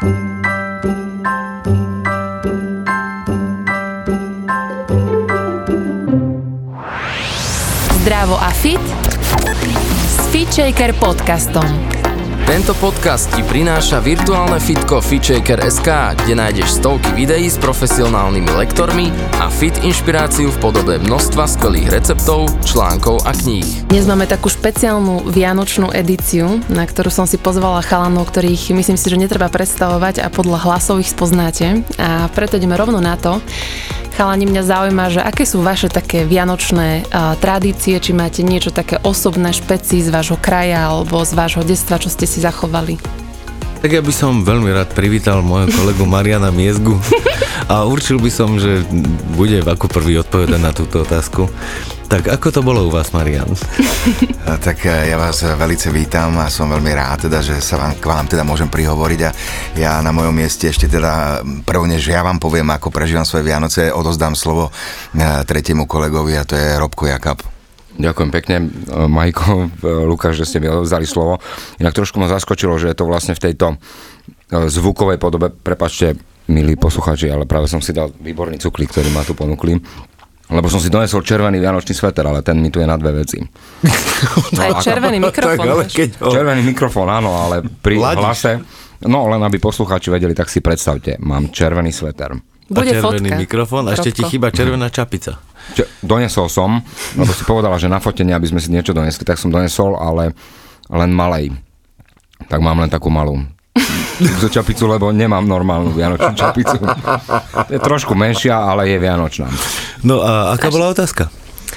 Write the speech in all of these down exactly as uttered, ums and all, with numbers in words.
Zdravo a fit s FitShaker podcastom. Tento podcast ti prináša virtuálne fitko FitShaker bodka es ká, kde nájdeš stovky videí s profesionálnymi lektormi a fit inšpiráciu v podobe množstva skvelých receptov, článkov a kníh. Dnes máme takú špeciálnu vianočnú edíciu, na ktorú som si pozvala chalanov, ktorých myslím si, že netreba predstavovať a podľa hlasov ich spoznáte. A preto ideme rovno na to. Chalani, mňa zaujíma, že aké sú vaše také vianočné uh, tradície, či máte niečo také osobné, špeci z vášho kraja alebo z vášho detstva, čo ste si zachovali? Tak ja by som veľmi rád privítal môjho kolegu Mariana Miezgu a určil by som, že bude ako prvý odpovedať na túto otázku. Tak ako to bolo u vás, Marian? Tak ja vás velice vítam a som veľmi rád, teda, že sa vám, k vám teda môžem prihovoriť a ja na mojom mieste ešte teda prvne, že ja vám poviem, ako prežívam svoje Vianoce, odozdám slovo tretiemu kolegovi a to je Robko Jakab. Ďakujem pekne, Majko, Lukáš, že ste mi odovzdali slovo. Inak trošku ma zaskočilo, že je to vlastne v tejto zvukovej podobe, prepáčte, milí poslucháči, ale práve som si dal výborný cuklík, ktorý ma tu ponúkli. Lebo som si donesol červený vianočný sveter, ale ten mi tu je na dve veci. No, aj červený mikrofón. Ale ho... Červený mikrofón, áno, ale pri Ladiš. Hlase, no len aby poslucháči vedeli, tak si predstavte, mám červený sveter. Bude a červený fotka. mikrofón a ešte ti chýba červená čapica. Čo, donesol som, lebo si povedala, že na fotenie, aby sme si niečo donesli, tak som donesol, ale len malej. Tak mám len takú malú tú čapicu, lebo nemám normálnu vianočnú čapicu. Je trošku menšia, ale je vianočná. No a aká bola otázka?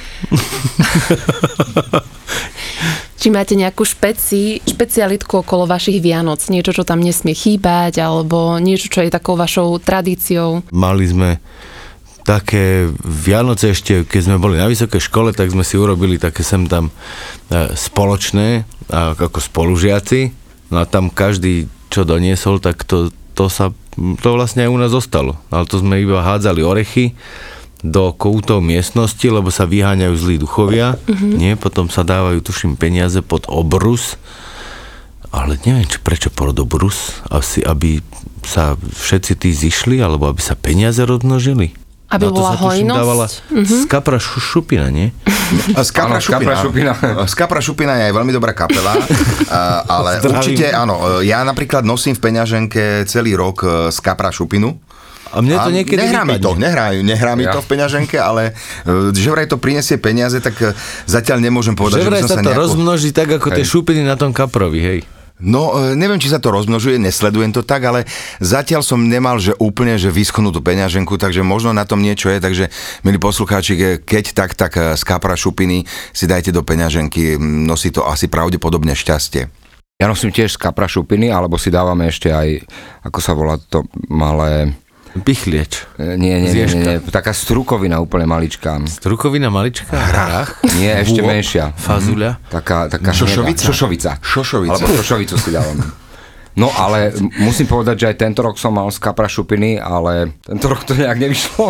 Či máte nejakú špeci, špecialitku okolo vašich Vianoc? Niečo, čo tam nesmie chýbať, alebo niečo, čo je takou vašou tradíciou? Mali sme také Vianoce ešte, keď sme boli na vysokej škole, tak sme si urobili také sem tam spoločné, ako spolužiaci. No a tam každý, čo doniesol, tak to, to sa, to vlastne aj u nás zostalo. Ale to sme iba hádzali orechy do koutov miestnosti, lebo sa vyháňajú zlí duchovia. Mm-hmm. Nie, potom sa dávajú, tuším, peniaze pod obrus. Ale neviem, či prečo pod obrus, asi, aby sa všetci tí zišli, alebo aby sa peniaze rozmnožili. Aby bola hojnosť? Dávala mm-hmm. z kapra šupina, nie? Z kapra, áno, kapra šupina. Z kapra šupina je veľmi dobrá kapela, ale Zdravím. Určite áno. Ja napríklad nosím v peňaženke celý rok z kapra šupinu. A mne to niekedy nehrá mi to, nehrá, nehrá mi ja. to v peňaženke, ale že vraj to prinesie peniaze, tak zatiaľ nemôžem povedať, že, že by som sa, sa to nejako... rozmnoží tak, ako hej. tie šupiny na tom kaprovi, hej. No, neviem, či sa to rozmnožuje, nesledujem to tak, ale zatiaľ som nemal, že úplne, že vyschnutú peňaženku, takže možno na tom niečo je, takže milí poslucháči, keď tak, tak z kapra šupiny si dajte do peňaženky, nosí to asi pravdepodobne šťastie. Ja nosím tiež z kapra šupiny, alebo si dávame ešte aj, ako sa volá to malé... Pichlieč. Nie, nie, nie, nie, taká strukovina úplne maličká. Strukovina maličká? Hrách? Nie, ešte menšia. Fazuľa? Taká, taká šošovica? Šošovica. Šošovica. Alebo šošovicu si dávame. No ale musím povedať, že aj tento rok som mal z kapra šupiny, ale tento rok to nejak nevyšlo.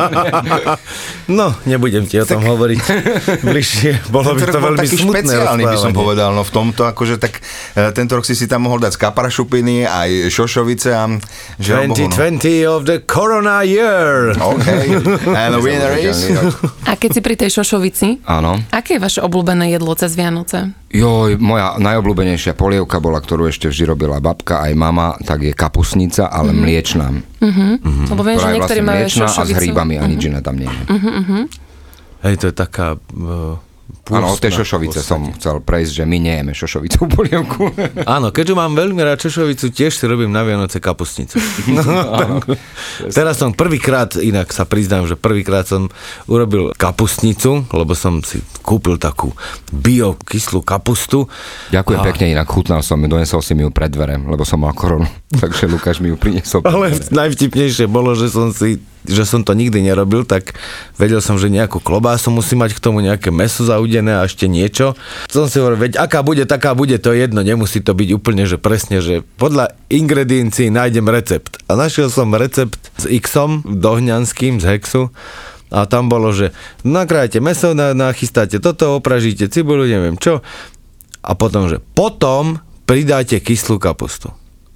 No, nebudem ti o tom tak hovoriť bližšie. Bolo by to veľmi taký smutné špeciálny, by som rozprávanie. povedal, no v tomto, akože tak tento rok si si tam mohol dať z kapra šupiny, aj šošovice a... dvetisíc dvadsať of the Corona year. OK. And the winner is... A keď si pri tej šošovici, áno. Aké je vaše obľúbené jedlo cez Vianoce? Joj, moja najobľúbenejšia polievka bola, ktorú ešte vždy robila babka, aj mama, tak je kapusnica, ale mm-hmm. mliečná. Mm-hmm. Mm-hmm. Lebo viem, že niektorí vlastne majú mliečná šošovicu. A s hríbami mm-hmm. a nič iné tam nie je. Mm-hmm. Hej, to je taká... Uh... Áno, od tej šošovice som chcel prejsť, že my nejeme šošovicú polievku. Áno, keďže mám veľmi rád šošovicu, tiež si robím na Vianoce kapustnicu. No, teraz som prvýkrát, inak sa priznám, že prvýkrát som urobil kapustnicu, lebo som si kúpil takú bio kyslú kapustu. Ďakujem A... pekne, inak chutnal som ju, donesol si mi ju pred dvere, lebo som mal koronu, takže Lukáš mi ju priniesol. Ale najvtipnejšie bolo, že som si že som to nikdy nerobil, tak vedel som, že nejakú klobásu musí mať k tomu, nejaké mäso zaudené a ešte niečo. Som si hovoril, veď aká bude, taká bude, to jedno, nemusí to byť úplne, že presne, že podľa ingrediencií nájdem recept. A našiel som recept s Xom, dohňanským, z Hexu. A tam bolo, že nakrájte mäso, nachystáte toto, opražíte cibuľu, neviem čo. A potom, že potom pridáte kyslú kapustu.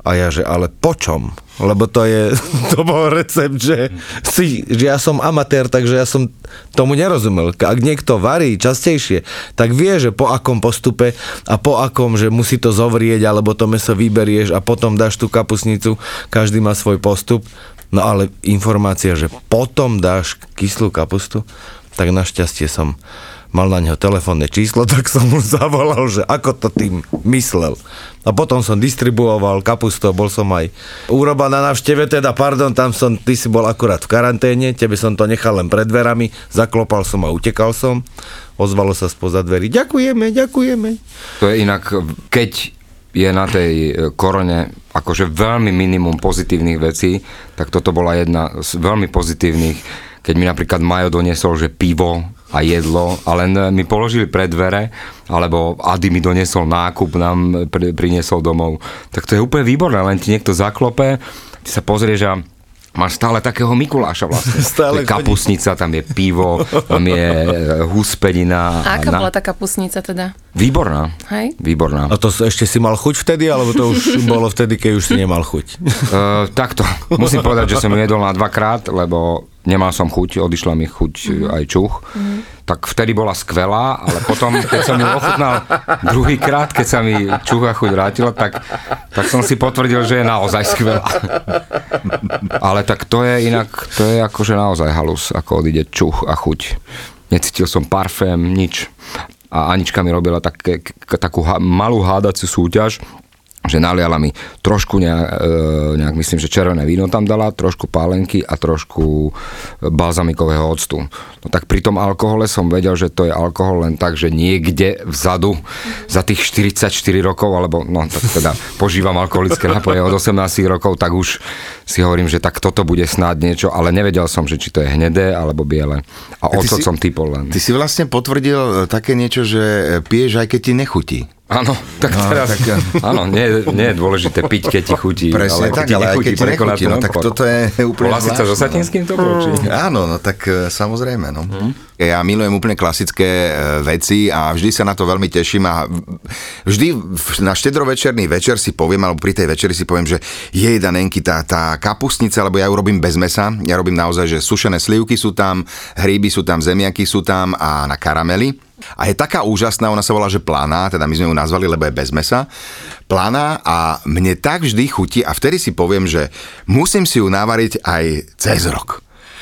A ja, že ale po čom? Lebo to je, to bol recept, že, si, že ja som amatér, takže ja som tomu nerozumel. Ak niekto varí častejšie, tak vie, že po akom postupe a po akom, že musí to zovrieť, alebo to mäso vyberieš a potom dáš tú kapusnicu, každý má svoj postup. No ale informácia, že potom dáš kyslú kapustu, tak našťastie som mal na neho telefónne číslo, tak som mu zavolal, že ako to tým myslel. A potom som distribuoval kapustu, bol som aj úroba na návšteve, teda pardon, tam som, ty si bol akurát v karanténe, tebe som to nechal len pred dverami, zaklopal som a utekal som, ozvalo sa spoza dverí, ďakujeme, ďakujeme. To je inak, keď je na tej korone akože veľmi minimum pozitívnych vecí, tak toto bola jedna z veľmi pozitívnych, keď mi napríklad Majo doniesol, že pivo a jedlo a len mi položili pred dvere, alebo Ady mi doniesol nákup, nám pri, priniesol domov. Tak to je úplne výborné, len ti niekto zaklope, ty sa pozrieš a máš stále takého Mikuláša vlastne. Stále kapusnica, tam je pivo, tam je huspenina. A aká na... bola tá kapusnica teda? Výborná. Hej? Výborná. A to ešte si mal chuť vtedy, alebo to už bolo vtedy, keď už si nemal chuť? Uh, takto. Musím povedať, že som ju jedol na dvakrát, lebo nemal som chuť, odišla mi chuť mm. aj čuch. Mm. Tak vtedy bola skvelá, ale potom, keď som ju ochutnal druhýkrát, keď sa mi čuch a chuť vrátila, tak, tak som si potvrdil, že je naozaj skvelá. Ale tak to je inak, to je akože naozaj halus, ako odíde čuch a chuť. Necítil som parfém, nič. A Anička mi robila také, takú malú hádaciu súťaž, že naliala mi trošku nejak, nejak, myslím, že červené víno tam dala, trošku pálenky a trošku balzamikového octu. No tak pri tom alkohole som vedel, že to je alkohol len tak, že niekde vzadu za tých štyridsaťštyri rokov, alebo no tak teda požívam alkoholické nápoje od osemnásť rokov, tak už si hovorím, že tak toto bude snáď niečo, ale nevedel som, že či to je hnedé alebo biele. A ocot som typol len. Ty si vlastne potvrdil také niečo, že piješ aj keď ti nechutí. Áno, tak no, teraz, tak, áno, nie, nie je dôležité piť, keď ti chutí. Presne ale tak, ale aj keď ti nechutí, no tak toto je úplne zvláštne. Lasica so Satinským to bolo, či? Áno, no tak samozrejme, no. Hmm. Ja milujem úplne klasické veci a vždy sa na to veľmi teším a vždy na štedrovečerný večer si poviem, alebo pri tej večeri si poviem, že jej danenky, tá, tá kapustnica, lebo ja ju robím bez mesa, ja robím naozaj, že sušené slivky sú tam, hríby sú tam, zemiaky sú tam a na karamely. A je taká úžasná, ona sa volá, že Planá, teda my sme ju nazvali, lebo je bez mesa. Planá a mne tak vždy chutí a vtedy si poviem, že musím si ju navariť aj cez rok.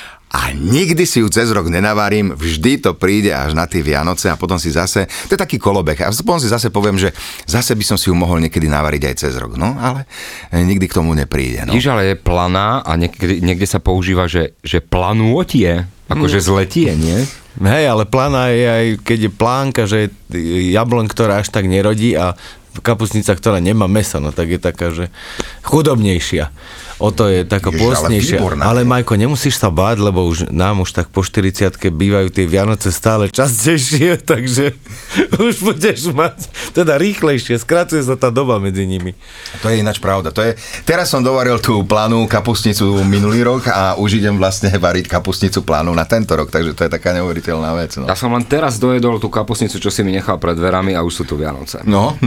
A nikdy si ju cez rok nenavarím, vždy to príde až na tie Vianoce a potom si zase, to je taký kolobek, a potom si zase poviem, že zase by som si ju mohol niekedy navariť aj cez rok, no ale nikdy k tomu nepríde. No. Vidíš, ale je planá a niekde, niekde sa používa, že, že planúotie, akože zletie, nie? Hej, ale planá je aj, keď je plánka, že je jabloň, ktorá až tak nerodí a kapustnica, ktorá nemá mäso, no tak je taká, že chudobnejšia. O to je taká Jež, pôstnejšia. Ale, ale Majko, nemusíš sa báť, lebo už nám už tak po štyridsiatke bývajú tie Vianoce stále častejšie, takže už budeš mať teda rýchlejšie, skracuje sa tá doba medzi nimi. To je ináč pravda. To je, teraz som dovaril tú planú kapustnicu minulý rok a už idem vlastne variť kapustnicu plánu na tento rok, takže to je taká neuveriteľná vec. No. Ja som len teraz dojedol tú kapustnicu, čo si mi nechal pred dverami a už sú tu Vianoce. No.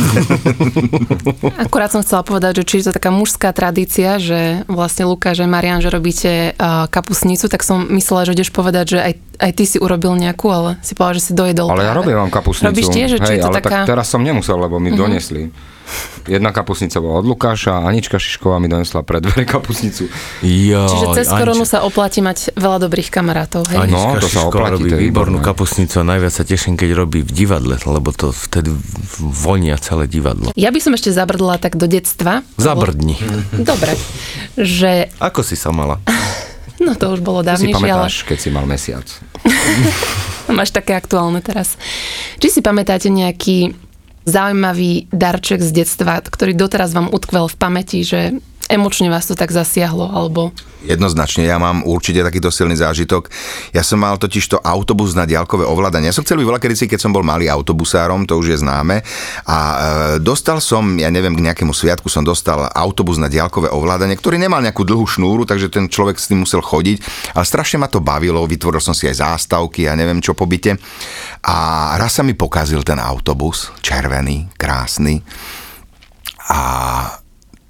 Akurát som chcela povedať, že či je to taká mužská tradícia, že vlastne Lukáš a Marián, že robíte uh, kapustnicu, tak som myslela, že ideš povedať, že aj, aj ty si urobil nejakú, ale si povedal, že si dojedol. Ale práve. ja robím vám kapustnicu. Robíš tiež, že či Hej, je to ale taká... tak teraz som nemusel, lebo mi mm-hmm. doniesli. Jedna kapustnica bola od Lukáša, Anička Šišková mi donesla pred dvere kapustnicu. Joj, Čiže cez Anička. koronu sa oplatí mať veľa dobrých kamarátov, hej? Anička No, to sa Šišková oplatí, robí to je výbornú výborné. kapustnicu a najviac sa teším, keď robí v divadle, lebo to vtedy vonia celé divadlo. Ja by som ešte zabrdla tak do detstva. Zabrdni. Dobre. Že... Ako si sa mala? No to už bolo Si dávnejšie, ale... pamätáš, keď si mal mesiac. Máš také aktuálne teraz. Či si pamätáte nejaký zaujímavý darček z detstva, ktorý doteraz vám utkvel v pamäti, že emočne vás to tak zasiahlo, alebo... Jednoznačne, ja mám určite takýto silný zážitok. Ja som mal totiž to autobus na diaľkové ovládanie. Ja som chcel byť veľa kedysi, keď som bol malý autobusárom, to už je známe. A e, dostal som, ja neviem, k nejakému sviatku som dostal autobus na diaľkové ovládanie, ktorý nemal nejakú dlhú šnúru, takže ten človek s tým musel chodiť. Ale strašne ma to bavilo, vytvoril som si aj zástavky a ja neviem čo po byte. A raz sa mi pokazil ten autobus, červený, krásny. A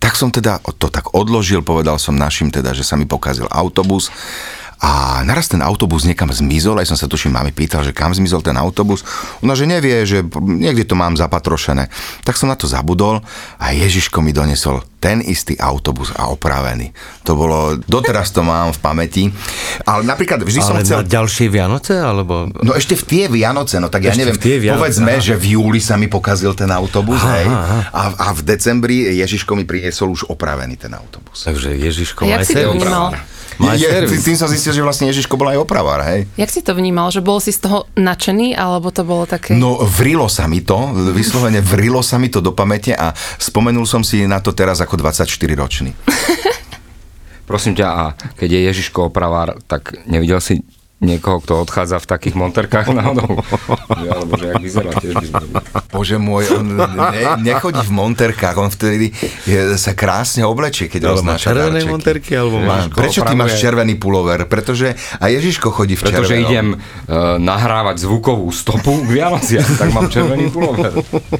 Tak som teda to tak odložil, povedal som našim teda, že sa mi pokazil autobus. A naraz ten autobus niekam zmizol, aj som sa tuším mami pýtal, že kam zmizol ten autobus. Ona, že nevie, že niekde to mám zapatrošené. Tak som na to zabudol a Ježiško mi donesol ten istý autobus a opravený. To bolo, doteraz to mám v pamäti. Ale napríklad vždy ale som chcel... Ale na ďalšie Vianoce, alebo... No ešte v tie Vianoce, no tak ja ešte neviem, Vianoce, povedzme, aha. že v júli sa mi pokazil ten autobus, Aha, hej, aha. a, a v decembri Ježiško mi priniesol už opravený ten autobus. Takže Ježiško, A jak maj si to servis. vnímal? Maj Je, servis. tým som zistil, že vlastne Ježiško bol aj opravár, hej. Jak si to vnímal? Že bol si z toho nadšený, alebo to bolo také... No, vrilo sa mi to, vyslovene vrilo sa mi to do pamäte a spomenul som si na to teraz ako dvadsaťštyriročný. Prosím ťa, a keď je Ježiško opravár, tak nevidel si niekoho, kto odchádza v takých monterkách náhodou? Alebo že jak vyzerá, tiež by sme... Bože môj, on ne, nechodí v monterkách, on vtedy je, sa krásne oblečie, keď Ale má roznáša červené darčeky. monterky, alebo má... Ježiško Prečo ty opravuje- máš červený pulover? Pretože a Ježiško chodí v červenom. Pretože idem uh, nahrávať zvukovú stopu k Vianociam, tak mám červený pulover.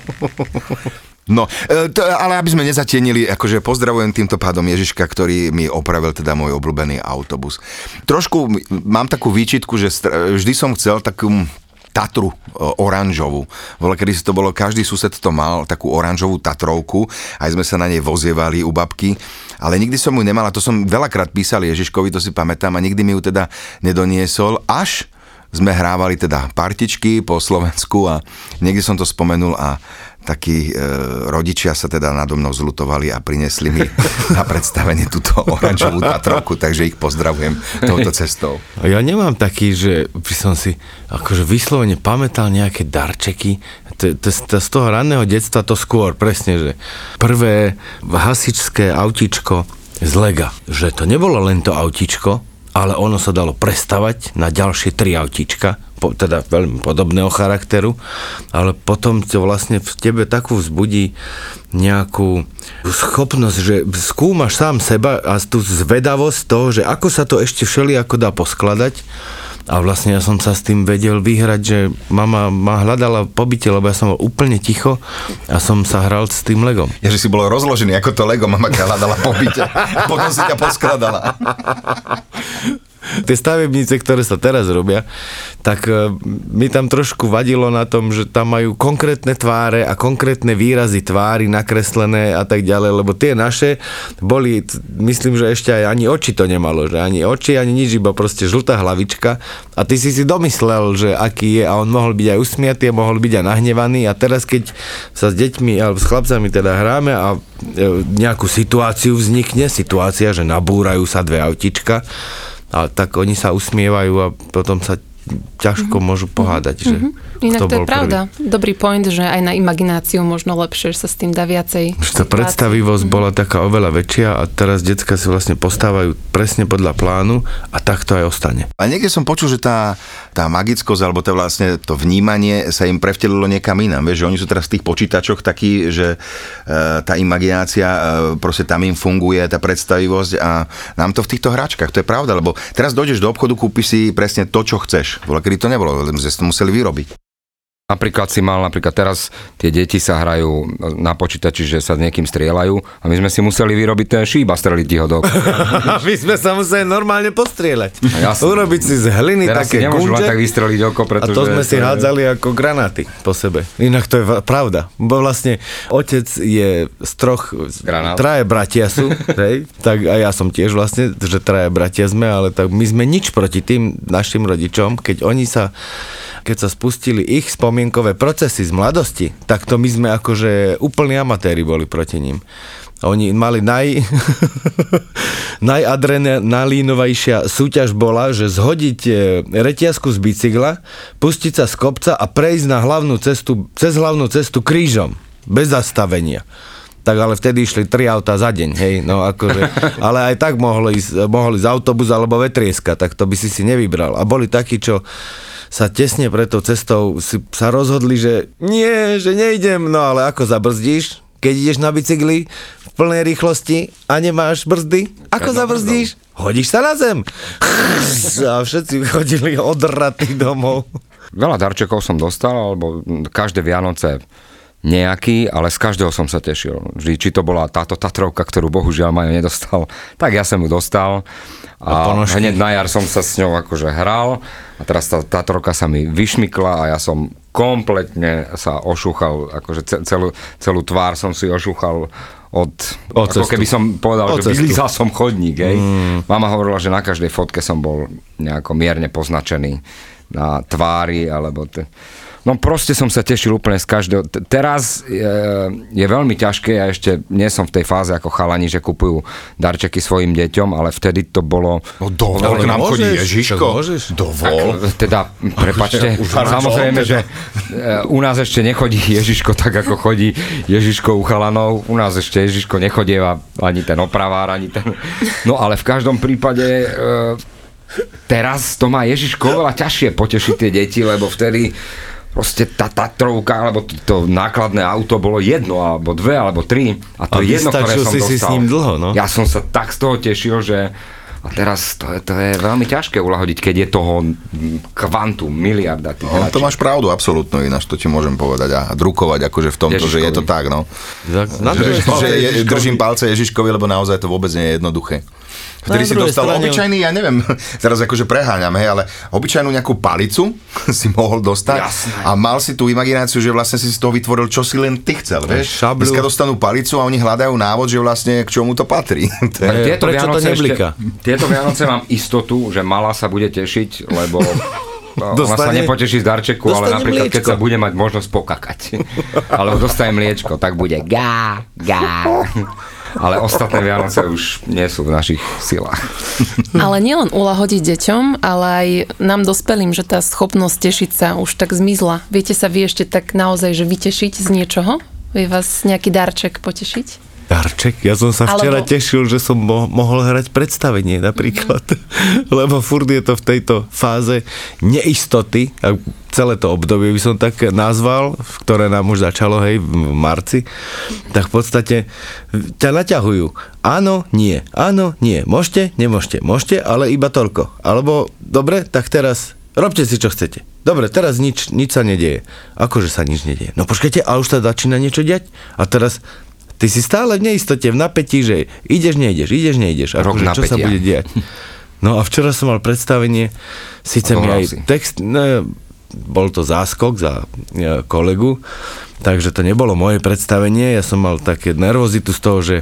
No, e, to, ale aby sme nezatienili, akože pozdravujem týmto pádom Ježiška, ktorý mi opravil teda môj obľúbený autobus. Trošku mám takú výčitku, že str- vždy som chcel takú Tatru e, oranžovú. Vole, kedy si to bolo, každý sused to mal, takú oranžovú Tatrovku, aj sme sa na nej vozievali u babky, ale nikdy som ju nemal a to som veľakrát písal Ježiškovi, to si pamätám, a nikdy mi ju teda nedoniesol, až sme hrávali teda partičky po Slovensku a niekde som to spomenul a takí e, rodičia sa teda nado mnou zľutovali a prinesli mi na predstavenie túto oranžovú Tatrovku, takže ich pozdravujem touto cestou. A ja nemám taký, že by som si akože vyslovene pamätal nejaké darčeky. To, to, to, z toho ranného detstva to skôr, presne, že prvé hasičské autíčko z Lega. Že to nebolo len to autíčko, ale ono sa dalo prestavať na ďalšie tri autíčka, po, teda veľmi podobného charakteru, ale potom to vlastne v tebe takú vzbudí nejakú schopnosť, že skúmaš sám seba a tú zvedavosť toho, že ako sa to ešte všelijako dá poskladať. A vlastne ja som sa s tým vedel vyhrať, že mama ma hľadala po byte, lebo ja som bol úplne ticho a som sa hral s tým Legom. Ja, že si bol rozložený ako to Lego, mama ťa hľadala po byte, potom si ťa poskladala. Tie stavebnice, ktoré sa teraz robia, tak mi tam trošku vadilo na tom, že tam majú konkrétne tváre a konkrétne výrazy tvári nakreslené a tak ďalej, lebo tie naše boli, myslím, že ešte aj ani oči to nemalo, že ani oči, ani nič, iba proste žltá hlavička a ty si si domyslel, že aký je a on mohol byť aj usmiatý a mohol byť aj nahnevaný a teraz keď sa s deťmi alebo s chlapcami teda hráme a nejakú situáciu vznikne, situácia, že nabúrajú sa dve autička, a tak oni sa usmievajú a potom sa ťažko môžu pohádať, že Inak kto to je bol pravda. prvý. Dobrý point, že aj na imagináciu možno lepšie, že sa s tým dá viacej. Že tá predstavivosť bola taká oveľa väčšia a teraz decka si vlastne postávajú presne podľa plánu a tak to aj ostane. A niekde som počul, že tá, tá magickosť, alebo to vlastne to vnímanie sa im prevtelilo niekam inám. Vieš, že oni sú teraz v tých počítačoch takí, že e, tá imaginácia e, proste tam im funguje, tá predstavivosť a nám to v týchto hračkách, to je pravda, lebo teraz dojdeš do obchodu, kúpiš si presne to, čo chceš. Bola, kedy to nebolo, lebo sme to museli vyrobiť. Napríklad si mal, napríklad teraz tie deti sa hrajú na počítači, že sa s niekým strieľajú a my sme si museli vyrobiť ten šíp a streliť ho do... A my sme sa museli normálne postrieľať. Jasne. Urobiť si z hliny Teraz si také nemôžu len gunže tak vystreliť oko, a pretože... to sme si je- hádzali ako granáty po sebe. Inak to je va- pravda. Bo vlastne otec je z troch, Granát. traje bratia sú, hej, tak a ja som tiež vlastne, že traje bratia sme, ale tak my sme nič proti tým našim rodičom, keď oni sa keď sa spustili ich spomienkové procesy z mladosti, tak to my sme akože úplní amatéri boli proti ním. Oni mali naj... najadrenalínovejšia súťaž bola, že zhodiť reťazku z bicykla, pustiť sa z kopca a prejsť na hlavnú cestu, cez hlavnú cestu krížom, bez zastavenia. Tak ale vtedy išli tri autá za deň, hej, no akože, ale aj tak mohol ísť, mohol ísť autobus alebo vetrieska, tak to by si si nevybral. A boli takí, čo sa tesne pre tou cestou si, sa rozhodli, že nie, že nejdem, no ale ako zabrzdíš, keď ideš na bicykli v plnej rýchlosti a nemáš brzdy? Ako zabrzdíš? Hodíš sa na zem. A všetci chodili odratí domov. Veľa darčekov som dostal, alebo každé Vianoce nejaký, ale z každého som sa tešil. Vždy, či to bola táto Tatrovka, ktorú bohužiaľ Majo nedostal, tak ja som ju dostal. A, a hneď na jar som sa s ňou akože hral a teraz tá Tatrovka sa mi vyšmykla a ja som kompletne sa ošúchal, akože celú, celú tvár som si ošúchal od, od ako keby som povedal, od že cestu. vylízal som chodník. Hej. Mm. Mama hovorila, že na každej fotke som bol nejako mierne poznačený na tvári, alebo... Te... No proste som sa tešil úplne z každého. Teraz je, je veľmi ťažké, ja ešte nie som v tej fáze ako chalani, že kupujú darčeky svojim deťom, ale vtedy to bolo... No dovol, k nám chodí Ježiško. Dovol. Teda, prepáčte, samozrejme, že u nás ešte nechodí Ježiško tak, ako chodí Ježiško u chalanov. U nás ešte Ježiško nechodieva ani ten opravár, ani ten... No ale v každom prípade... Teraz to má Ježiško veľa ťažšie potešiť tie deti, lebo vtedy proste tá Tatrovka, alebo to, to nákladné auto bolo jedno, alebo dve, alebo tri. A to a je jedno, ktoré som si dostal. Si s ním dlho, no? Ja som sa tak z toho tešil, že a teraz to je, to je veľmi ťažké ulahodiť, keď je toho kvantum, miliarda tých no, to máš pravdu, absolútno, ináč to ti môžem povedať a drukovať akože v tomto, Ježiškovi. Že je to tak, no. Na že, že je, držím palce Ježiškovi, lebo naozaj to vôbec nie je jednoduché. Vtedy si dostal strane... obyčajný, ja neviem, teraz akože preháňam, hej, ale obyčajnú nejakú palicu si mohol dostať. Jasné. A mal si tú imagináciu, že vlastne si z toho vytvoril, čo si len ty chcel, vieš. Šablu. Dneska dostanú palicu a oni hľadajú návod, že vlastne k čomu to patrí. Je, tieto prečo Vianoce to neblíka? Ešte, tieto Vianoce mám istotu, že mala sa bude tešiť, lebo ona dostane, sa nepoteší z darčeku, ale napríklad, mliečko. Keď sa bude mať možnosť pokakať. Alebo dostane mliečko, tak bude gá, gá. Ale ostatné Vianoce už nie sú v našich silách. Ale nielen ulahodiť deťom, ale aj nám dospelým, že tá schopnosť tešiť sa už tak zmizla. Viete sa vy ešte tak naozaj, že vytešiť z niečoho? Vie vás nejaký darček potešiť? Darček? Ja som sa včera Alebo... tešil, že som mo- mohol hrať predstavenie napríklad. Mm. Lebo furt je to v tejto fáze neistoty, a celé to obdobie by som tak nazval, ktoré nám už začalo, hej, v marci, tak v podstate ťa naťahujú. Áno, nie, áno, nie. Môžete, nemôžete, môžete, ale iba toľko. Alebo, dobre, tak teraz robte si, čo chcete. Dobre, teraz nič, nič sa nedieje. Akože sa nič nedieje? No počkajte, a už sa začína niečo diať? A teraz ty si stále v neistote, v napätí, že ideš, nejdeš, ideš, nejdeš. Akože čo sa bude diať? No a včera som mal predstavenie, síce mi aj si. text, ne, bol to záskok za ja, kolegu, takže to nebolo moje predstavenie, ja som mal také nervozitu z toho, že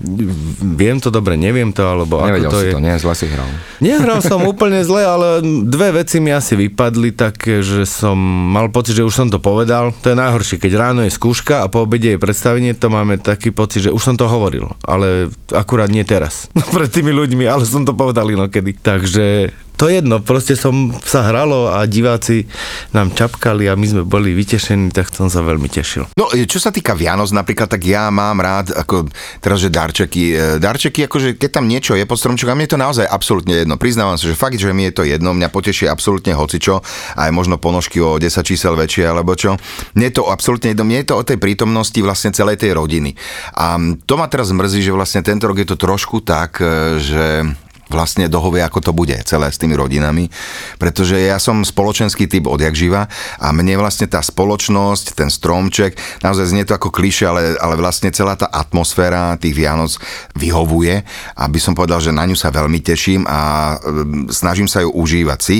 viem to dobre, neviem to, alebo nevedel ako to si je. to, nie, zle si hral. Nehral som úplne zle, ale dve veci mi asi vypadli také, že som mal pocit, že už som to povedal. To je najhoršie, keď ráno je skúška a po obede je predstavenie, to máme taký pocit, že už som to hovoril, ale akurát nie teraz. Pred tými ľuďmi, ale som to povedal inokedy. Takže to jedno, proste som sa hralo a diváci nám čapkali a my sme boli vytešení, tak som sa veľmi tešil. No, čo sa týka Vianoc napríklad, tak ja mám rád, ako teraz, že darčeky. Darčeky, akože keď tam niečo je pod stromčekom, a mne je to naozaj absolútne jedno. Priznávam sa, že fakt, že mi je to jedno, mňa poteší absolútne hocičo, aj možno ponožky o desať čísel väčšie, alebo čo. Mne je to absolútne jedno, mne je to o tej prítomnosti vlastne celej tej rodiny. A to ma teraz mrzí, že vlastne tento rok je to trošku tak, že vlastne dohovie, ako to bude celé s tými rodinami, pretože ja som spoločenský typ odjak živa a mne vlastne tá spoločnosť, ten stromček, naozaj znie to ako klišé, ale, ale vlastne celá tá atmosféra tých Vianoc vyhovuje, aby som povedal, že na ňu sa veľmi teším a snažím sa ju užívať si.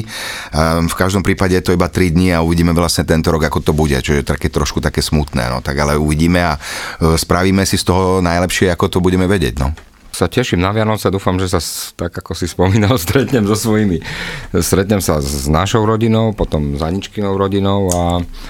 V každom prípade je to iba tri dni a uvidíme vlastne tento rok, ako to bude, čo je také trošku také smutné, no tak ale uvidíme a spravíme si z toho najlepšie, ako to budeme vedieť, no. Sa teším na Vianoce, dúfam, že sa, tak ako si spomínal, stretnem so svojimi, stretnem sa s našou rodinou, potom s Aničkinou rodinou a,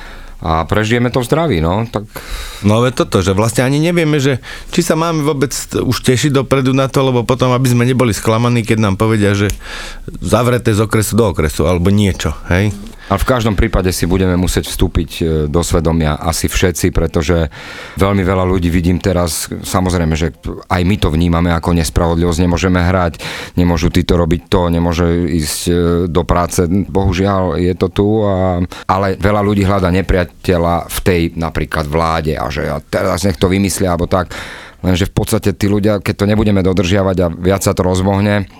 a prežijeme to v zdraví, no, tak... No ale toto, že vlastne ani nevieme, že či sa máme vôbec už tešiť dopredu na to, lebo potom, aby sme neboli sklamaní, keď nám povedia, že zavreté z okresu do okresu, alebo niečo, hej? Ale v každom prípade si budeme musieť vstúpiť do svedomia asi všetci, pretože veľmi veľa ľudí vidím teraz, samozrejme, že aj my to vnímame ako nespravodlivosť, nemôžeme hrať, nemôžu títo robiť to, nemôže ísť do práce, bohužiaľ je to tu, a, ale veľa ľudí hľadá nepriateľa v tej napríklad vláde a že teraz nech to vymyslia, alebo tak, lenže v podstate tí ľudia, keď to nebudeme dodržiavať a viac sa to rozmohne,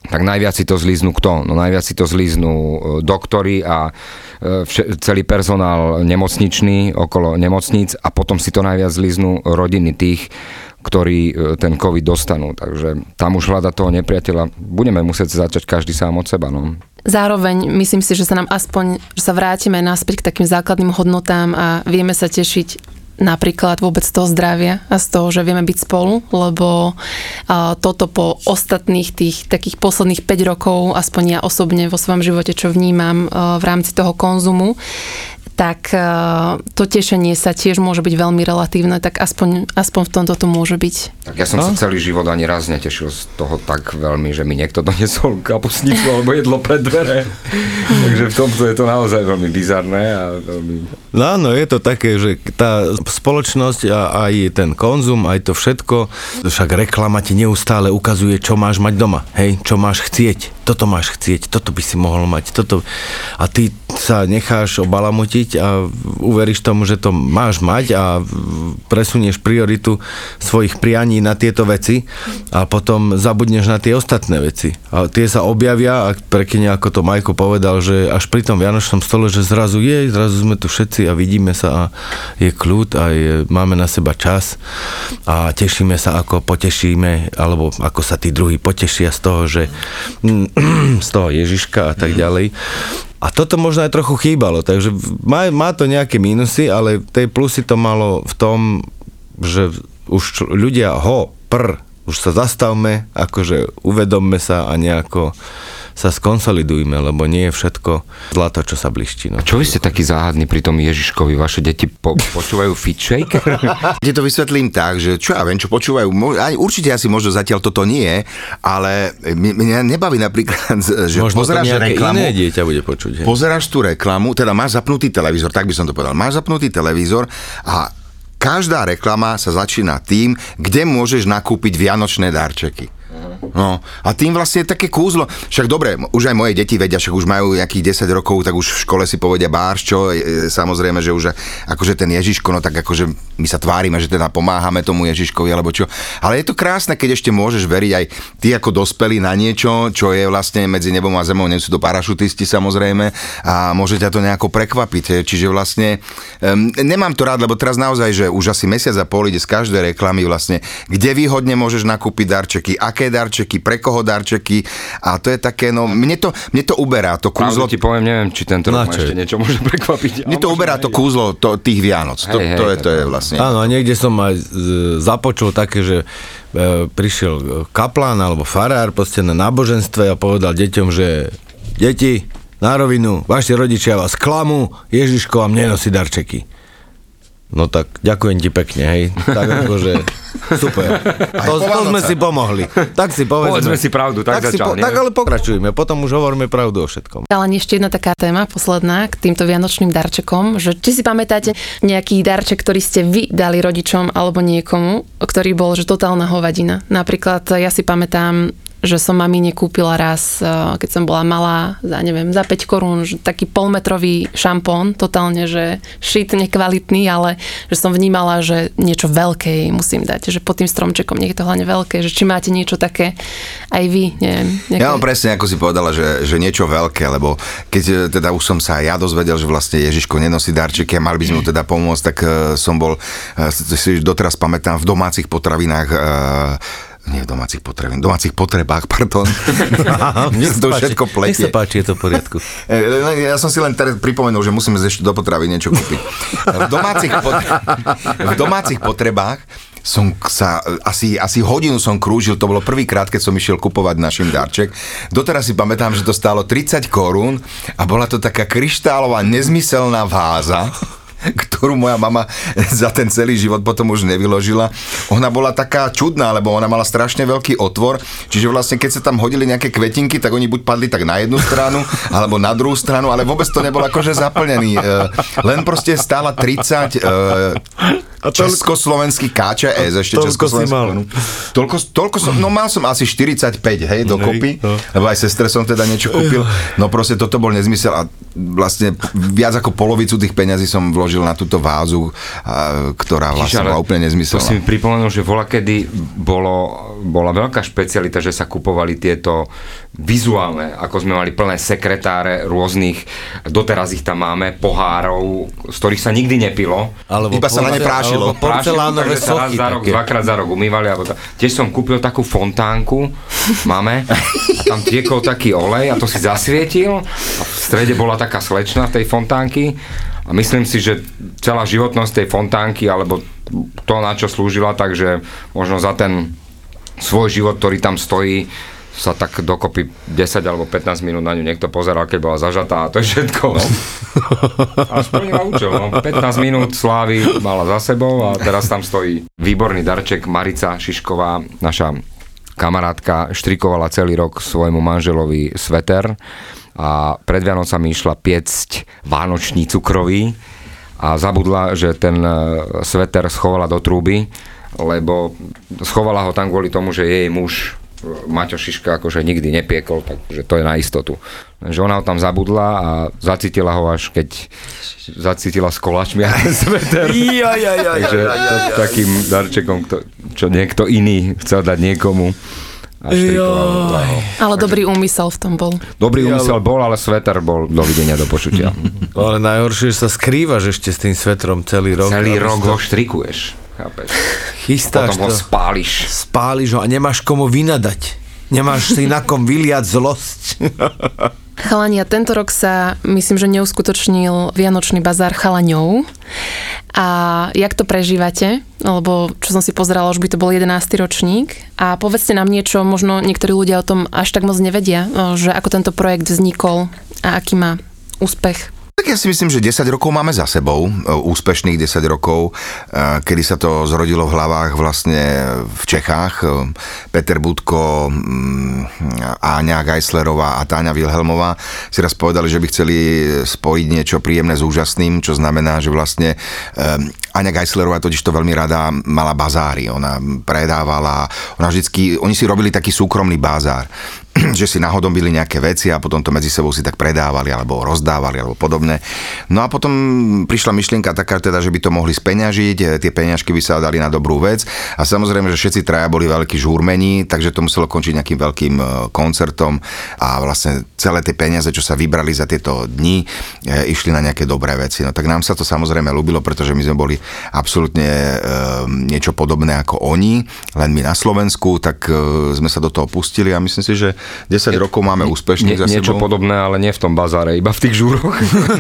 tak najviac si to zlíznú kto? No najviac si to zlíznú doktori a vš- celý personál nemocničný okolo nemocníc a potom si to najviac zlíznú rodiny tých, ktorí ten COVID dostanú. Takže tam už hľada toho nepriateľa. Budeme musieť začať každý sám od seba. No. Zároveň myslím si, že sa nám aspoň, že sa vrátime naspäť k takým základným hodnotám a vieme sa tešiť napríklad vôbec z toho zdravia a z toho, že vieme byť spolu, lebo uh, toto po ostatných tých takých posledných päť rokov, aspoň ja osobne vo svojom živote, čo vnímam uh, v rámci toho konzumu, tak uh, to tešenie sa tiež môže byť veľmi relatívne, tak aspoň, aspoň v tomto to môže byť. Tak ja som no? sa celý život ani raz netešil z toho tak veľmi, že mi niekto donesol kapustnicu alebo jedlo pred dvere. Takže v tomto je to naozaj veľmi bizarné. A veľmi... No áno, je to také, že tá spoločnosť a aj ten konzum, aj to všetko, však reklama ti neustále ukazuje, čo máš mať doma, hej, čo máš chcieť, toto máš chcieť, toto by si mohol mať, toto. A ty sa necháš obalamutiť a uveríš tomu, že to máš mať a presunieš prioritu svojich prianí na tieto veci a potom zabudneš na tie ostatné veci. A tie sa objavia a prekne, ako to Majko povedal, že až pri tom vianočnom stole, že zrazu je, zrazu sme tu všetci a vidíme sa a je kľud a je, máme na seba čas a tešíme sa, ako potešíme, alebo ako sa tí druhí potešia z toho, že z toho Ježiška a tak ďalej. A toto možno aj trochu chýbalo, takže má, má to nejaké mínusy, ale tej plusy to malo v tom, že už ľudia ho, pr, už sa zastavme, akože uvedomme sa a nejako sa skonsolidujme, lebo nie je všetko zlato, čo sa bliští. No. A čo vy ste taký záhadný pri tom Ježiškovi? Vaše deti po, počúvajú Fit Shaker? Ja to vysvetlím tak, že čo ja viem, čo počúvajú, ani určite asi možno zatiaľ toto nie, ale mňa nebaví napríklad, že možno pozeráš to nejaké reklamu, iné dieťa bude počuť. Hej. Pozeráš tú reklamu, teda máš zapnutý televízor, tak by som to povedal, máš zapnutý televízor a každá reklama sa začína tým, kde môžeš nakúpiť vianočné darčeky. No, a tým vlastne je také kúzlo. Však dobre, už aj moje deti vedia, však už majú nejakých desať rokov, tak už v škole si povedia báš, čo, e, samozrejme, že už akože ten Ježiško, no tak akože my sa tvárime, že teda pomáhame tomu Ježiškovi, alebo čo. Ale je to krásne, keď ešte môžeš veriť aj ty ako dospelý na niečo, čo je vlastne medzi nebom a zemou, nie sú to parašutisti samozrejme a môže ťa to nejako prekvapiť. Čiže vlastne um, nemám to rád, lebo teraz naozaj, že už asi mesiac a pol ide z každej reklamy vlastne, kde výhodne môžeš nakúpiť darčeky, aké darčeky, pre koho darčeky a to je také, no mne to, mne to uberá to kúzlo. Pravdu ti poviem, neviem, či tento rok ma ešte niečo môže prekvapiť. Mne to uberá to kúzlo to, tých Vianoc, to, hej, to, hej, je, to je vlastne. Áno, a niekde som aj započul také, že e, prišiel kaplán alebo farár proste na náboženstve a povedal deťom, že deti, na rovinu, vaši rodičia vás klamú, Ježiško vám nenosí darčeky. No tak ďakujem ti pekne, hej. Tak akože super. To, to sme si pomohli. Tak si povedzme. Povedzme si pravdu, tak, tak začal. Po, tak ale pokračujme, potom už hovoríme pravdu o všetkom. Ale ešte jedna taká téma, posledná, k týmto vianočným darčekom, že či si pamätáte nejaký darček, ktorý ste vy dali rodičom alebo niekomu, ktorý bol, že totálna hovadina. Napríklad ja si pamätám, že som mamine kúpila raz, keď som bola malá, za neviem, za päť korún, taký polmetrový šampón, totálne, že šit nekvalitný, ale že som vnímala, že niečo veľké musím dať, že pod tým stromčekom nech je to hlavne veľké, že či máte niečo také aj vy, neviem. Nejaké... Ja mám presne, ako si povedala, že, že niečo veľké, lebo keď teda už som sa ja dozvedel, že vlastne Ježiško nenosí darčeky a mali by sme mu teda pomôcť, tak som bol, si doteraz pamätám, v domácich potravinách nie v domácich potravín, domácich potrebách, pardon. Nech to všetko pletie. Nech sa páči, je to v poriadku. Ja som si len teraz pripomenul, že musíme ešte do potravy niečo kúpiť. V domácich, potre... v domácich potrebách som sa, asi, asi hodinu som krúžil, to bolo prvýkrát, keď som išiel kupovať našim darček. Doteraz si pamätám, že to stálo tridsať korún a bola to taká kryštálová, nezmyselná váza, ktorú moja mama za ten celý život potom už nevyložila. Ona bola taká čudná, lebo ona mala strašne veľký otvor, čiže vlastne keď sa tam hodili nejaké kvetinky, tak oni buď padli tak na jednu stranu, alebo na druhú stranu, ale vôbec to nebolo akože zaplnený. Len proste stála tridsať a československý ká čé es, ešte československý. Toľko, toľko som, no mal som asi štyridsaťpäť, hej, dokopy, no. Lebo aj sestre som teda niečo kúpil. No proste toto bol nezmysel a vlastne viac ako polovicu tých peňazí som vložil na túto vázu, a, ktorá vlastne bola úplne nezmyselná. To si mi pripomenul, že volakedy bolo bola veľká špecialita, že sa kupovali tieto vizuálne, ako sme mali plné sekretáre rôznych, doteraz ich tam máme, pohárov, z ktorých sa nikdy nepilo. Alebo iba sa na ne prášilo. Porcelánové sa raz sochy. za rok, dvakrát za rok umývali. Alebo to. Tiež som kúpil takú fontánku, máme, a tam tiekol taký olej a to si zasvietil a v strede bola taká slečna v tej fontánky a myslím si, že celá životnosť tej fontánky alebo to, na čo slúžila, takže možno za ten svoj život, ktorý tam stojí, sa tak dokopy desať alebo pätnásť minút na ňu niekto pozeral, keď bola zažatá a to je všetko. No. A splnila účel. No. pätnásť minút slávy mala za sebou a teraz tam stojí výborný darček. Marica Šišková, naša kamarátka, štrikovala celý rok svojmu manželovi sveter a pred Vianocami išla piecť vánočný cukrový a zabudla, že ten sveter schovala do trúby, lebo schovala ho tam kvôli tomu, že jej muž Maťo Šiška akože nikdy nepiekol, takže to je na istotu. Takže ona ho tam zabudla a zacítila ho až keď zacítila s koláčmi a ten sveter. Ja, ja, ja, takže ja, ja, ja, takým darčekom, čo niekto iný chcel dať niekomu. A ale dobrý úmysel v tom bol. Dobrý úmysel bol, ale sveter bol dovidenia, do počutia. Ale najhoršie, že sa skrývaš ešte s tým svetrom celý rok. Celý rok ho štrikuješ. Chápeš? Chystáš potom ho to, spáliš. Spáliš ho a nemáš komu vynadať. Nemáš si na kom vyliať zlosť. Chalania, tento rok sa, myslím, že neuskutočnil Vianočný bazár chalaňov. A jak to prežívate? Lebo čo som si pozerala, už by to bol jedenásty ročník. A povedzte nám niečo, možno niektorí ľudia o tom až tak moc nevedia, že ako tento projekt vznikol a aký má úspech. Tak ja si myslím, že desať rokov máme za sebou, úspešných desať rokov, kedy sa to zrodilo v hlavách vlastne v Čechách. Peter Budko, Áňa Geislerová a Táňa Vilhelmová si raz povedali, že by chceli spojiť niečo príjemné s úžasným, čo znamená, že vlastne Áňa Geislerová totiž to veľmi rada mala bazáry. Ona predávala, ona vždycky, oni si robili taký súkromný bazár, že si nahodobili nejaké veci a potom to medzi sebou si tak predávali alebo rozdávali alebo podobne. No a potom prišla myšlienka taká teda, že by to mohli speňažiť, tie peňažky by sa dali na dobrú vec a samozrejme, že všetci traja boli veľkí žúrmeni, takže to muselo končiť nejakým veľkým koncertom a vlastne celé tie peniaze, čo sa vybrali za tieto dni, išli na nejaké dobré veci. No tak nám sa to samozrejme ľúbilo, pretože my sme boli absolútne e, niečo podobné ako oni, len my na Slovensku, tak e, sme sa do toho pustili a myslím si, že desať rokov máme úspešných za sebou. Niečo podobné, ale nie v tom bazáre, iba v tých žúroch.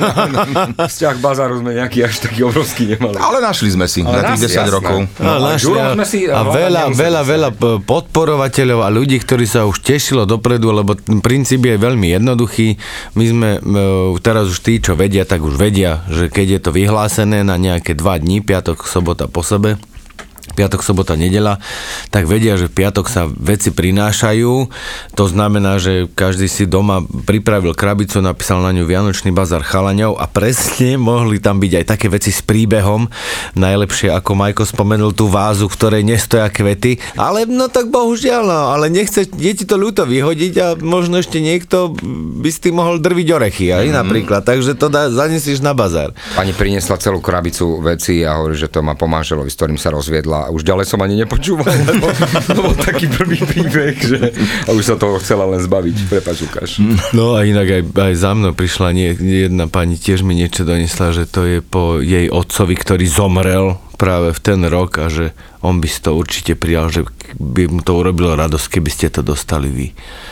Vzťah bazáru sme nejaký až taký obrovský nemali. Ale našli sme si ale na tých desať rokov. No, a našli, a, si, a veľa, veľa, veľa podporovateľov a ľudí, ktorí sa už tešilo dopredu, lebo princíp je veľmi jednoduchý. My sme, teraz už tí, čo vedia, tak už vedia, že keď je to vyhlásené na nejaké dva dní, piatok, sobota po sebe, piatok, sobota, nedeľa, tak vedia, že v piatok sa veci prinášajú. To znamená, že každý si doma pripravil krabicu, napísal na ňu Vianočný bazár chalaňov a presne mohli tam byť aj také veci s príbehom. Najlepšie, ako Majko spomenul, tú vázu, v ktorej nestoja kvety. Ale no tak bohužiaľ, no, ale nechce, je ti to ľúto vyhodiť a možno ešte niekto by si tým mohol drviť orechy, aj mm. napríklad. Takže to dá, zanesíš na bazár. Pani priniesla celú krabicu veci a hovorí, že to má po manželovi, s ktorým sa rozviedla. A už ďalej som ani nepočúval, lebo to bol taký prvý príbeh, že a už sa toho chcela len zbaviť. Prepáč, Lukáš. No a inak aj, aj za mnou prišla nie, jedna pani, tiež mi niečo donesla, že to je po jej otcovi, ktorý zomrel práve v ten rok a že on by si to určite prijal, že by mu to urobilo radosť, keby ste to dostali vy.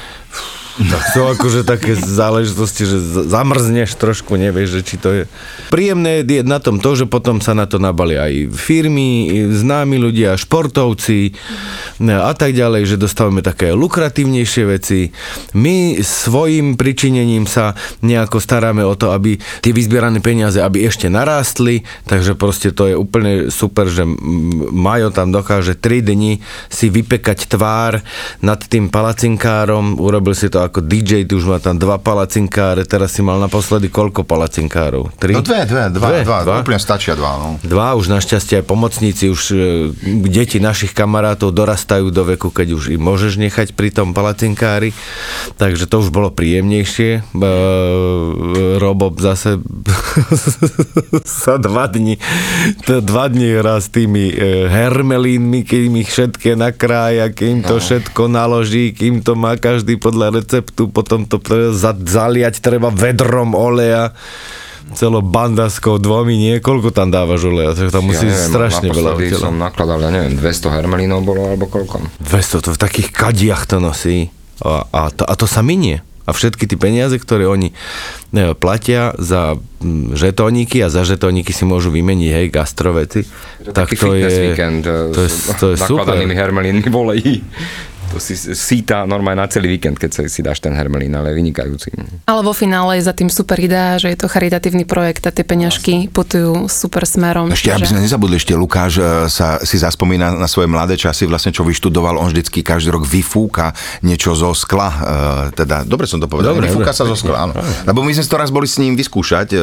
Tak sú akože také záležitosti, že zamrzneš trošku, nevieš, že či to je. Príjemné je na tom to, že potom sa na to nabali aj firmy, známi ľudia, športovci a tak ďalej, že dostávame také lukratívnejšie veci. My svojim pričinením sa nejako staráme o to, aby tie vyzbierané peniaze, aby ešte narástli, takže proste to je úplne super, že Majo tam dokáže tri dni si vypekať tvár nad tým palacinkárom, urobil si to to ako dý džej, ty už má tam dva palacinkáre, teraz si mal naposledy koľko palacinkárov? Tri? No dve, dve, dva, dve, dva, dva. úplne stačia dva, no. Dva, už našťastie aj pomocníci, už e, deti našich kamarátov dorastajú do veku, keď už im môžeš nechať pri tom palacinkári, takže to už bolo príjemnejšie. E, Robo zase sa dva dni, dva dni raz tými e, hermelínmi, kým ich všetké nakrája, kým to no. všetko naloží, kým to má každý podľa receptu, potom to zaliať treba vedrom oleja, celo bandaskou, dvomi, niekoľko tam dávaš oleja, tak tam musí ja neviem, strašne veľa. Naposledy som nakladal, ja neviem, dvesto hermelínov bolo, alebo koľko? dvesto, to v takých kadiach to nosí a, a, to, a to sa minie. A všetky tie peniaze, ktoré oni ne, platia za m, žetóniky a za žetóniky si môžu vymeniť, hej, gastrovety, to tak to je, víkend, to je, to je super. Nakladanými hermelínmi volejí. To si síta normálne na celý víkend, keď sa si dáš ten hermelín, ale je vynikajúci. Ale vo finále je za tým super idea, že je to charitatívny projekt a tie peňažky putujú super smerom. Ešte, aby sme nezabudli, ešte Lukáš sa si zaspomína na svoje mladé časy, vlastne čo vyštudoval, on vždycky každý rok vyfúka niečo zo skla. Teda, dobre som to povedal, dobre, vyfúka dobre. sa zo skla, áno. Lebo my sme to raz boli s ním vyskúšať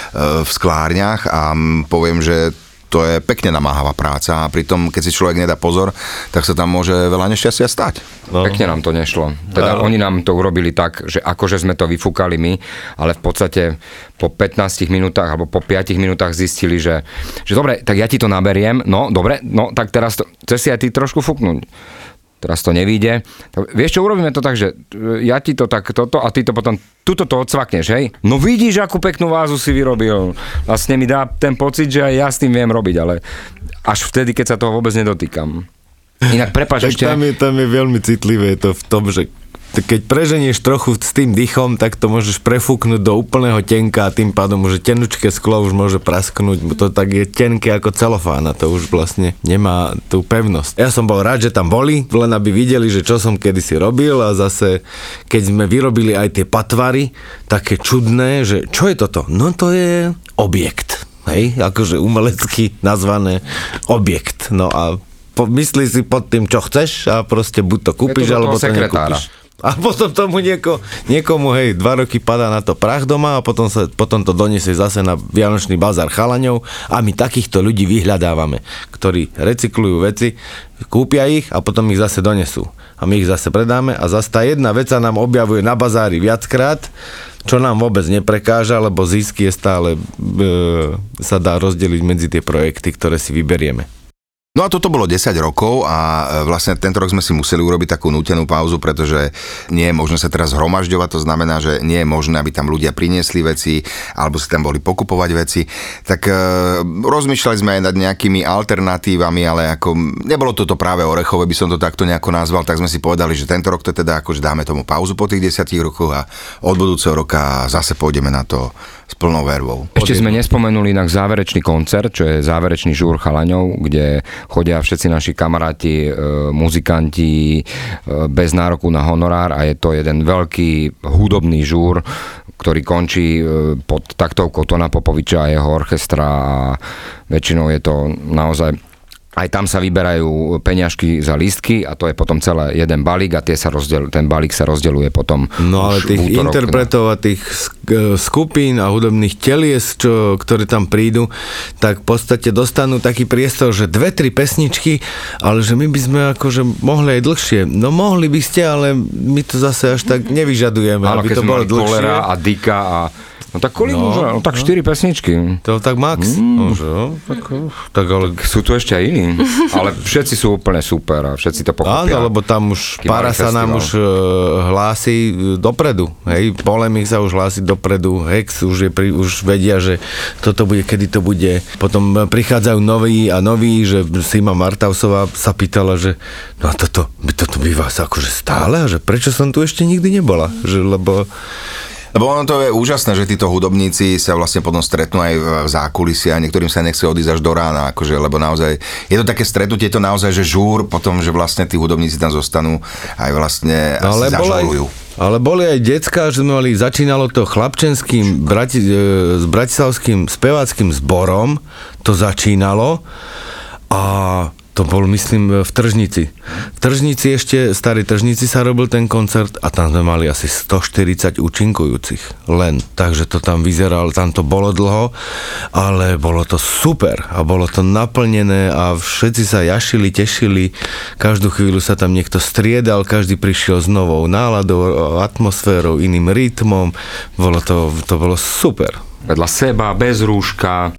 v sklárniach a poviem, že to je pekne namáhavá práca a pritom, keď si človek nedá pozor, tak sa tam môže veľa nešťastia stať. No. Pekne nám to nešlo. Teda no. oni nám to urobili tak, že akože sme to vyfúkali my, ale v podstate po pätnástich minútach alebo po piatich minútach zistili, že, že dobre, tak ja ti to naberiem, no dobre, no tak teraz to, chceš si aj ty trošku fúknuť. Teraz to nevíde. Vieš čo, urobíme to tak, že ja ti to tak toto a ty to potom tuto to odsvakneš, hej? No vidíš, akú peknú vázu si vyrobil. Vlastne mi dá ten pocit, že aj ja s tým viem robiť, ale až vtedy, keď sa toho vôbec nedotýkam. Inak prepáč ešte... Tam je, tam je veľmi citlivé to v tom, že keď preženieš trochu s tým dýchom, tak to môžeš prefúknuť do úplného tenka a tým pádom už tenučké sklo už môže prasknúť. To tak je tenké ako celofán a to už vlastne nemá tú pevnosť. Ja som bol rád, že tam boli, len aby videli, že čo som kedysi robil a zase keď sme vyrobili aj tie patvary, také čudné, že čo je toto? No to je objekt. Hej, akože umelecky nazvané objekt. No a myslí si pod tým, čo chceš a proste buď to kúpiš, alebo to nekúpiš. A potom tomu nieko, niekomu, hej, dva roky padá na to prach doma a potom, sa, potom to doniesie zase na Vianočný bazár chalaňov a my takýchto ľudí vyhľadávame, ktorí recyklujú veci, kúpia ich a potom ich zase donesú. A my ich zase predáme a zase tá jedna vec sa nám objavuje na bazári viackrát, čo nám vôbec neprekáža, lebo zisk je stále, e, sa dá rozdeliť medzi tie projekty, ktoré si vyberieme. No a toto bolo desať rokov a vlastne tento rok sme si museli urobiť takú nútenú pauzu, pretože nie je možné sa teraz zhromažďovať, to znamená, že nie je možné, aby tam ľudia priniesli veci alebo si tam boli pokupovať veci. Tak e, rozmýšľali sme aj nad nejakými alternatívami, ale ako nebolo toto práve orechové, by som to takto nejako nazval, tak sme si povedali, že tento rok to teda akože dáme tomu pauzu po tých desiatich rokoch a od budúceho roka zase pôjdeme na to s plnou vervou. Ešte sme nespomenuli inak záverečný koncert, čo je záverečný žúr chalaňov, kde chodia všetci naši kamaráti, e, muzikanti e, bez nároku na honorár a je to jeden veľký hudobný žúr, ktorý končí e, pod taktovkou Tona Popoviča a jeho orchestra a väčšinou je to naozaj... Aj tam sa vyberajú peňažky za lístky a to je potom celé jeden balík a tie sa rozdeľ, ten balík sa rozdeľuje potom. No ale tých interpretov a tých skupín a hudobných telies, čo, ktoré tam prídu, tak v podstate dostanú taký priestor, že dve, tri pesničky, ale že my by sme akože mohli aj dlhšie. No mohli by ste, ale my to zase až tak nevyžadujeme, ale aby to bolo dlhšie. Kolera a Dika a no tak koľko no, môže? No tak štyri no. pesničky. To tak max. Mm. Môže, no, tak, tak ale... Sú tu ešte aj iní. Ale všetci sú úplne super a všetci to pochopia. Áno, lebo tam už Pára sa nám už uh, hlási dopredu. Hej, Polemik sa už hlási dopredu. Hex už, je pri, už vedia, že toto bude, kedy to bude. Potom prichádzajú noví a noví, že Sima Martausová sa pýtala, že no a toto, toto býva sa akože stále, že prečo som tu ešte nikdy nebola? Že, lebo Lebo ono to je úžasné, že títo hudobníci sa vlastne potom stretnú aj v zákulisí a niektorým sa nechce odísť až do rána, akože, lebo naozaj je to také stretnutie, je to naozaj, že žúr, potom, že vlastne tí hudobníci tam zostanú aj vlastne no, asi zažalujú. Ale boli aj decká, že sme mali, začínalo to chlapčenským brati, e, s bratislavským speváckým zborom, to začínalo a to bol, myslím, v Tržnici. V Tržnici ešte, starý Tržnici sa robil ten koncert a tam sme mali asi stoštyridsať účinkujúcich len. Takže to tam vyzeralo, tam to bolo dlho, ale bolo to super a bolo to naplnené a všetci sa jašili, tešili. Každú chvíľu sa tam niekto striedal, každý prišiel s novou náladou, atmosférou, iným rytmom. Bolo to, to bolo super. Vedľa seba, bez rúška.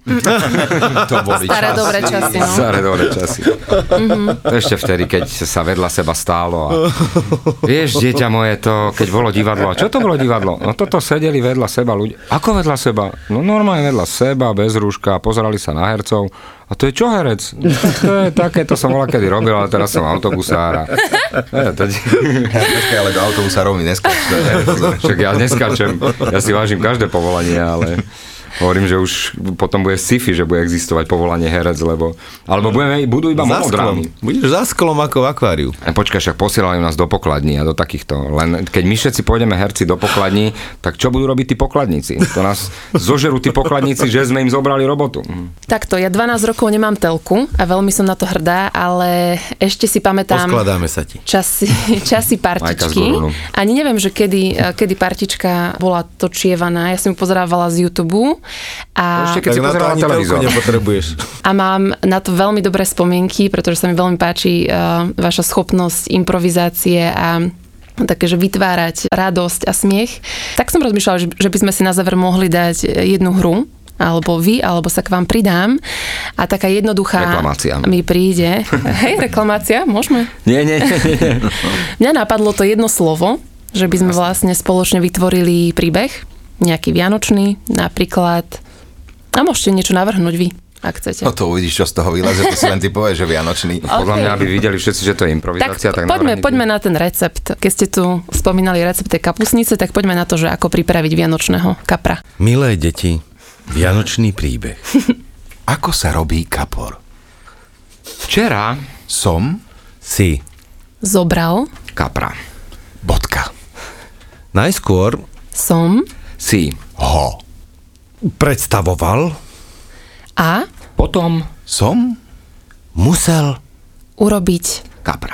To boli Staré časy. dobré časy, no. Staré dobré časy. Mm-hmm. Ešte vtedy, keď sa vedľa seba stálo. A... Vieš, dieťa moje, to, keď bolo divadlo. A čo to bolo divadlo? No toto sedeli vedľa seba ľudia. Ako vedľa seba? No normálne vedľa seba, bez rúška, pozerali sa na hercov. A to je čo herec? To je také, to som bola kedy robil, ale teraz som autobusár. Ja, teď... Počkaj, ale do autobusárov mi neskáč. Však ja neskáčem. Ja si vážim každé povolanie, ale hovorím, že už potom bude sci-fi, že bude existovať povolanie herec, lebo... Alebo budeme, budú iba monodrámy. Budeš za sklom ako v akváriu. A počkaj, však posielajú nás do pokladní a do takýchto. Len keď my všetci pôjdeme herci do pokladní, tak čo budú robiť tí pokladníci? To nás zožerú tí pokladníci, že sme im zobrali robotu. Takto, ja dvanásť rokov nemám telku a veľmi som na to hrdá, ale ešte si pamätám... Poskladáme sa ti. Časy, časy partičky. Ani neviem, že kedy, kedy partička bola točievaná. Ja som ju pozerávala z YouTube. A, ešte keď si pozerala televízor. Nepotrebuješ. A mám na to veľmi dobré spomienky, pretože sa mi veľmi páči uh, vaša schopnosť improvizácie a také, že vytvárať radosť a smiech. Tak som rozmýšľala, že, že by sme si na záver mohli dať jednu hru, alebo vy, alebo sa k vám pridám. A taká jednoduchá... Reklamácia. Mi príde. Hej, reklamácia, môžeme? Nie, nie, nie. Mňa napadlo to jedno slovo, že by sme vlastne spoločne vytvorili príbeh, nejaký vianočný, napríklad. A môžete niečo navrhnúť vy, ak chcete. No to uvidíš, čo z toho vylezie, to si len ty povieš, že vianočný. Okay. Podľa mňa, aby videli všetci, že to je improvizácia, tak, tak poďme, poďme na ten recept. Keď ste tu spomínali recept tej kapusnice, tak poďme na to, že ako pripraviť vianočného kapra. Milé deti, vianočný príbeh. Ako sa robí kapor? Včera Som Si Zobral kapra. bodka. najskôr som Si Ho. predstavoval, a potom Som musel, urobiť kapra.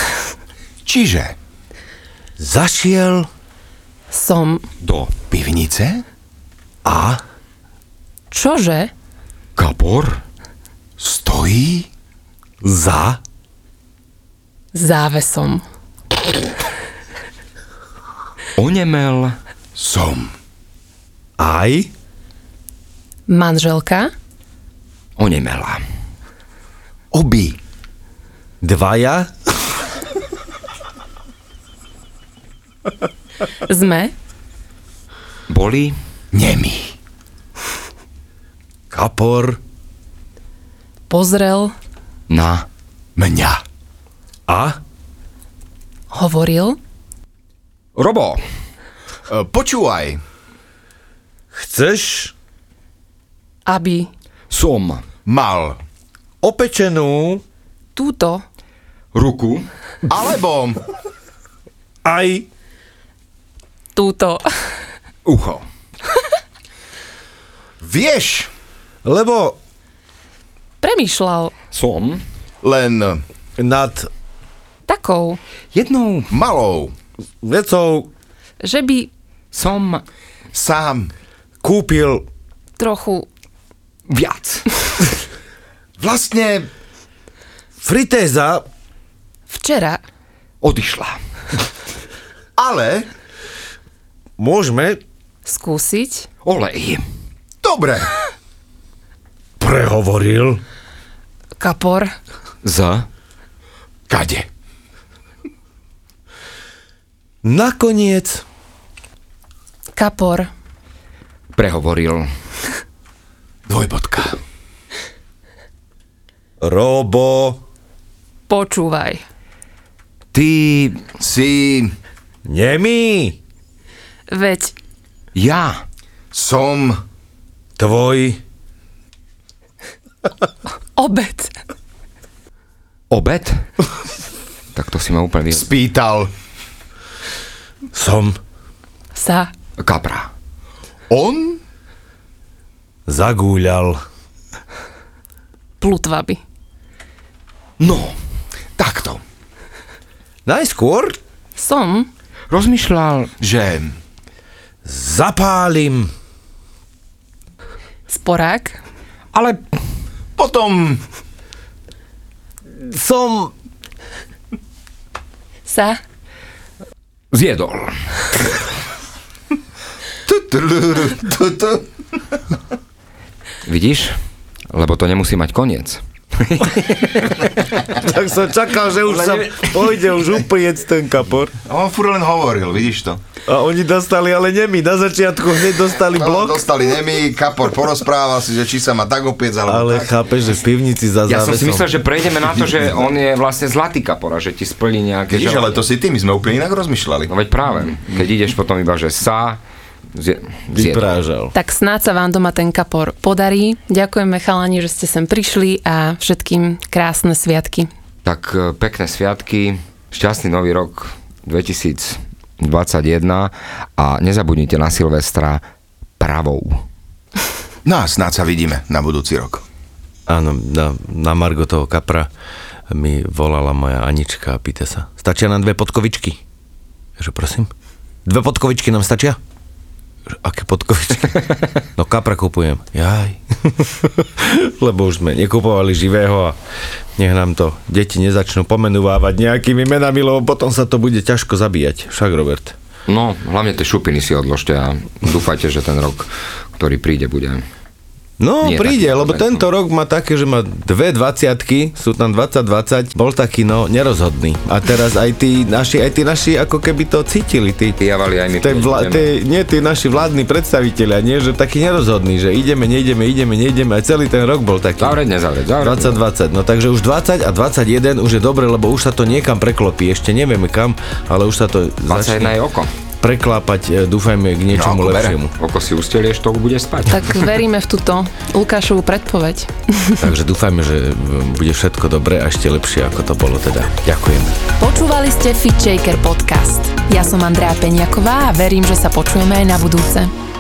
čiže zašiel som Do pivnice a čože kapor stojí za závesom. onemel som aj Manželka onemela. obi dvaja sme Boli nemi. kapor pozrel, na Mňa. a hovoril, Robo. E, Počúvaj. chceš aby Som Mal. opečenú túto ruku Alebo aj túto ucho. vieš lebo premýšľal Som len nad takou, jednou malou vecou že by som sám kúpil trochu viac. vlastne fritéza včera Odišla. ale môžeme skúsiť Olej. dobre. prehovoril kapor Z Kade? nakoniec kapor prehovoril Dvojbodka. Robo počúvaj. Ty Si nemý Veď ja som tvoj obed obed? Tak to si ma úplne vyhľadal. spýtal. som sa Kapra. On zagúľal plutvami. No, takto. Najskôr Som Rozmýšľal, Že zapálim sporák. ale potom som Sa zjedol. Tutuluru, tutu. Vidíš? Lebo to nemusí mať koniec. tak som čakal, že už sa pôjde už upojec ten kapor. On furt len hovoril, vidíš to? A oni dostali, ale nemi, na začiatku hneď dostali No, blok. dostali nemi, kapor porozprával si, že či sa má tak opiec, alebo Ale tak. chápeš, že v pivnici za Ja som si závesom. myslel, že prejdeme na to, že on je vlastne zlatý kapor a že ti splní nejaké... Vidíš, ale želanie. to si ty, my sme úplne inak rozmýšľali. No veď práve. Keď ideš potom iba, že sa... Zje, zjedol. Vyprážal. Tak snáď sa vám doma ten kapor podarí. Ďakujeme chalani, že ste sem prišli a všetkým krásne sviatky. Tak e, pekné sviatky, šťastný nový rok dvetisícdvadsaťjeden a nezabudnite na Silvestra pravou. No a snáď sa vidíme na budúci rok. Áno, na, na Margo toho kapra mi volala moja Anička a pýta sa, stačia nám dve podkovičky? Že prosím? Dve podkovičky nám stačia? Že, aké podkovičky? No kapra kupujem. Jaj. Lebo už sme nekupovali živého a nech nám to deti nezačnú pomenúvávať nejakými menami, lebo potom sa to bude ťažko zabíjať. Však, Robert? No, hlavne tie šupiny si odložte a dúfajte, že ten rok, ktorý príde, bude... No, Nie, príde, taký lebo moment, tento no. rok má také, že má dve dvaciatky, sú tam dvadsať dvadsať, bol taký, no, nerozhodný. A teraz aj tí naši, aj tí naši, ako keby to cítili, tí, Pijavali aj my. tí, vla, tí, nie, tí naši vládni predstavitelia, nie, že taký nerozhodný, že ideme, neideme, ideme, neideme, aj celý ten rok bol taký. Zavrieť, nezavrieť, zavrieť. dvadsať dvadsať, no takže už dvadsať a dvadsaťjeden už je dobre, lebo už sa to niekam preklopí, ešte nevieme kam, ale už sa to dvadsaťjeden začne je oko. preklápať, dúfajme, k niečomu No, ako lepšiemu. Oko si ustelieš, to bude spať. Tak veríme v túto Lukášovú predpoveď. Takže dúfajme, že bude všetko dobré a ešte lepšie, ako to bolo teda. Ďakujem. Počúvali ste FitShaker podcast. Ja som Andrea Peňaková a verím, že sa počujeme aj na budúce.